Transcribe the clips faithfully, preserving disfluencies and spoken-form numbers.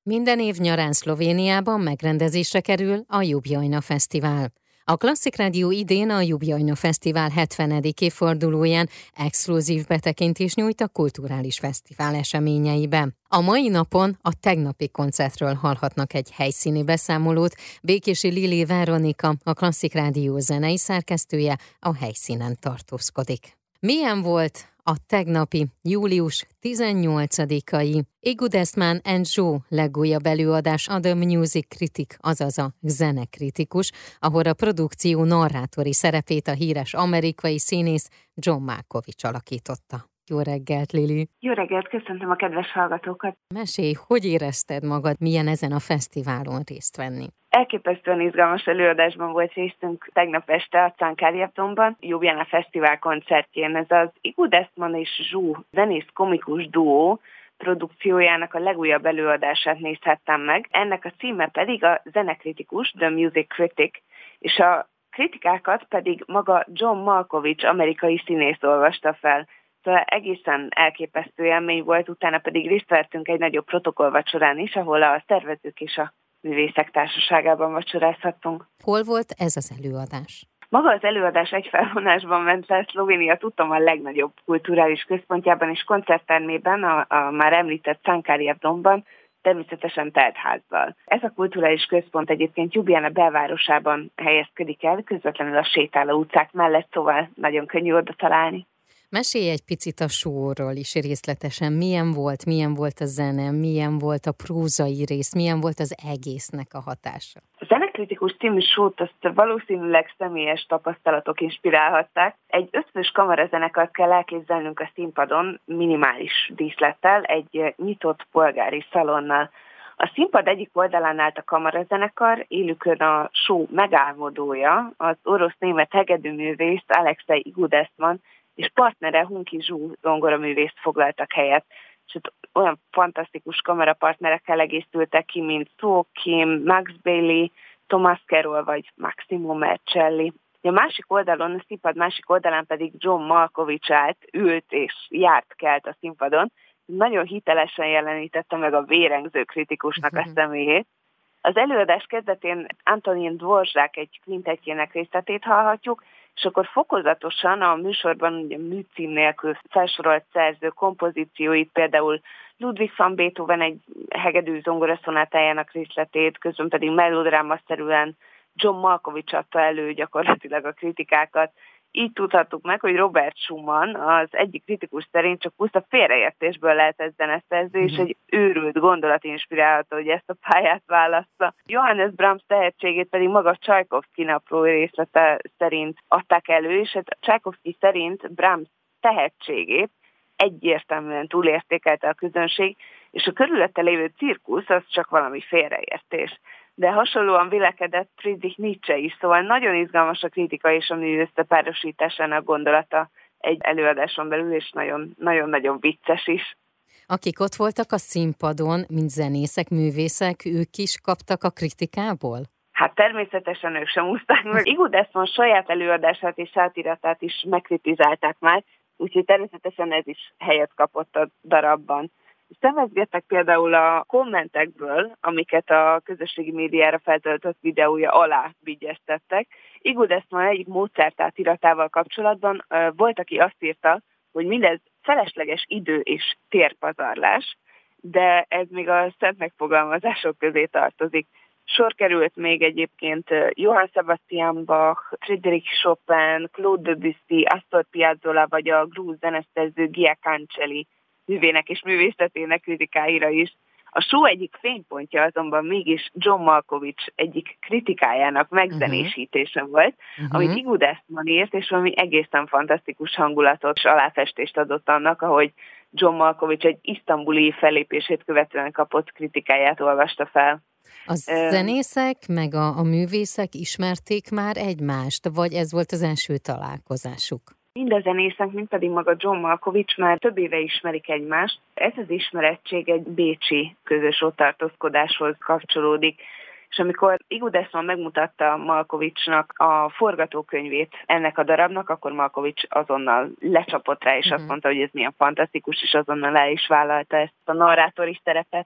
Minden év nyarán Szlovéniában megrendezésre kerül a Ljubljana Fesztivál. A Klasszik Rádió idén a Ljubljana Fesztivál hetvenedik évfordulóján exkluzív betekintést nyújt a kulturális fesztivál eseményeibe. A mai napon a tegnapi koncertről hallhatnak egy helyszíni beszámolót. Békési Lili Veronika, a Klasszik Rádió zenei szerkesztője, a helyszínen tartózkodik. Milyen volt a tegnapi július tizennyolcadikai Igudesman and Joe legújabb előadás a The Music Critic, azaz a zenekritikus, ahol a produkció narrátori szerepét a híres amerikai színész John Malkovich alakította. Jó reggelt, Lili! Jó reggelt, köszöntöm a kedves hallgatókat! Mesélj, hogy érezted magad, milyen ezen a fesztiválon részt venni? Elképesztően izgalmas előadásban volt részünk tegnap este a Cancáriatonban, Ljubljana Fesztivál koncertjén. Ez az Igudesman és Joe zenész-komikus duó produkciójának a legújabb előadását nézhettem meg. Ennek a címe pedig a zenekritikus, The Music Critic, és a kritikákat pedig maga John Malkovich, amerikai színész olvasta fel. Szóval egészen elképesztő élmény volt, utána pedig részt vettünk egy nagyobb protokollvacsorán is, ahol a szervezők és a művészek társaságában vacsorázhattunk. Hol volt ez az előadás? Maga az előadás egy felvonásban ment le, Szlovénia tudtam a legnagyobb kulturális központjában és koncerttermében, a, a már említett Cancáriatonban, természetesen teltházzal. Ez a kulturális központ egyébként Ljubljana belvárosában helyezkedik el, közvetlenül a sétáló utcák mellett, szóval nagyon könnyű oda találni. Mesélj egy picit a showról is részletesen. Milyen volt, milyen volt a zene, milyen volt a prózai rész, milyen volt az egésznek a hatása? A Zenekritikus című showt azt valószínűleg személyes tapasztalatok inspirálhatták. Egy ötvös kamarazenekart kell elképzelnünk a színpadon, minimális díszlettel, egy nyitott polgári szalonnal. A színpad egyik oldalán állt a kamarazenekar, élükön a show megálmodója, az orosz-német hegedűművész Alexei Igudesman, és partnere Hunki Zsú zongoraművészt foglaltak helyet. És ott olyan fantasztikus kamerapartnerekkel egészültek ki, mint Szó Kim, Max Bailey, Thomas Carroll vagy Maximo Mercelli. A másik oldalon, a színpad másik oldalán pedig John Malkovich állt, ült és járt kelt a színpadon. Nagyon hitelesen jelenítette meg a vérengző kritikusnak a személyét. Az előadás kezdetén Antonin Dvorzsák egy kvintettjének részletét hallhatjuk, és akkor fokozatosan a műsorban ugye műcím nélkül felsorolt szerző kompozícióit, például Ludwig van Beethoven egy hegedű zongoraszonátájának részletét, közben pedig melodrámaszerűen John Malkovich adta elő gyakorlatilag a kritikákat. Így tudhattuk meg, hogy Robert Schumann az egyik kritikus szerint csak puszta félreértésből lehetett zeneszerző, és egy őrült gondolat inspirálta, hogy ezt a pályát válassza. Johannes Brahms tehetségét pedig maga Csajkovszky napló részlete szerint adták elő, és hát Csajkovszky szerint Brahms tehetségét egyértelműen túlértékelte a közönség, és a körülötte lévő cirkusz az csak valami félreértés. De hasonlóan vélekedett Friedrich Nietzsche is, szóval nagyon izgalmas a kritika és a mű összepárosításának gondolata egy előadáson belül, és nagyon-nagyon vicces is. Akik ott voltak a színpadon, mint zenészek, művészek, ők is kaptak a kritikából? Hát természetesen ők sem úszták meg. Igudesman saját előadását és sátiratát is megkritizálták már, úgyhogy természetesen ez is helyet kapott a darabban. Szemezgettek például a kommentekből, amiket a közösségi médiára feltöltött videója alá vigyeztettek. Igudesman egyik Mozart átiratával kapcsolatban volt, aki azt írta, hogy mindez felesleges idő és térpazarlás, de ez még a szent megfogalmazások közé tartozik. Sor került még egyébként Johann Sebastian Bach, Frédéric Chopin, Claude Debussy, Astor Piazzolla vagy a grúz zeneszerző Gia Cancelli művének és művészetének kritikáira is. A show egyik fénypontja azonban mégis John Malkovich egyik kritikájának megzenésítése uh-huh. volt, uh-huh. amit Igudesman írt, és valami egészen fantasztikus hangulatot és aláfestést adott annak, ahogy John Malkovich egy isztambuli fellépését követően kapott kritikáját olvasta fel. A zenészek meg a, a művészek ismerték már egymást, vagy ez volt az első találkozásuk? Mind a zenészek, mind pedig maga John Malkovich már több éve ismerik egymást. Ez az ismerettség egy bécsi közös ott tartózkodáshoz kapcsolódik. És amikor Igudesman megmutatta Malkovichnak a forgatókönyvét ennek a darabnak, akkor Malkovich azonnal lecsapott rá, és uh-huh. azt mondta, hogy ez milyen fantasztikus, és azonnal el is vállalta ezt a narrátori szerepet.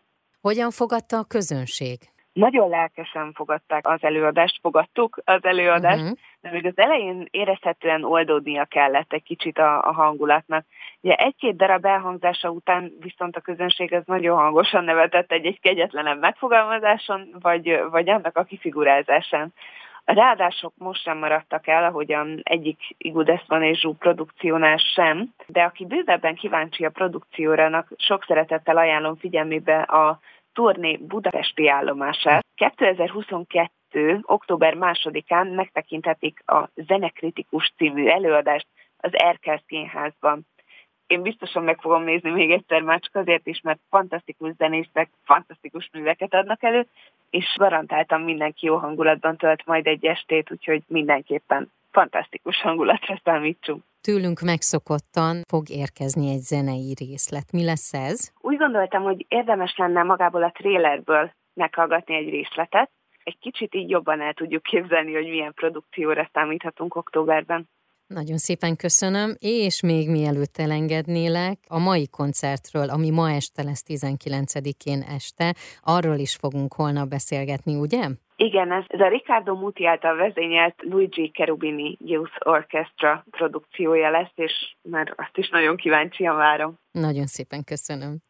Hogyan fogadta a közönség? Nagyon lelkesen fogadták az előadást, fogadtuk az előadást, uh-huh. de még az elején érezhetően oldódnia kellett egy kicsit a, a hangulatnak. Ugye egy-két darab elhangzása után viszont a közönség az nagyon hangosan nevetett egy-egy kegyetlenebb megfogalmazáson, vagy, vagy annak a kifigurázásán. A ráadások most sem maradtak el, ahogyan egyik Igudeszvan és Zsú produkciónál sem, de aki bővebben kíváncsi a produkcióra, annak sok szeretettel ajánlom figyelmébe a turné budapesti állomását. kétezer-huszonkettő. október másodikán megtekinthetik a Zenekritikus című előadást az Erkel Színházban. Én biztosan meg fogom nézni még egyszer, már csak azért is, mert fantasztikus zenészek, fantasztikus műveket adnak elő, és garantáltan mindenki jó hangulatban tölt majd egy estét, úgyhogy mindenképpen fantasztikus hangulatra számítsunk. Tőlünk megszokottan fog érkezni egy zenei részlet. Mi lesz ez? Úgy gondoltam, hogy érdemes lenne magából a trélerből meghallgatni egy részletet. Egy kicsit így jobban el tudjuk képzelni, hogy milyen produkcióra számíthatunk októberben. Nagyon szépen köszönöm, és még mielőtt elengednélek, a mai koncertről, ami ma este lesz tizenkilencedikén este, arról is fogunk holnap beszélgetni, ugye? Igen, ez, ez a Riccardo Muti által vezényelt Luigi Cherubini Youth Orchestra produkciója lesz, és már azt is nagyon kíváncsian várom. Nagyon szépen köszönöm.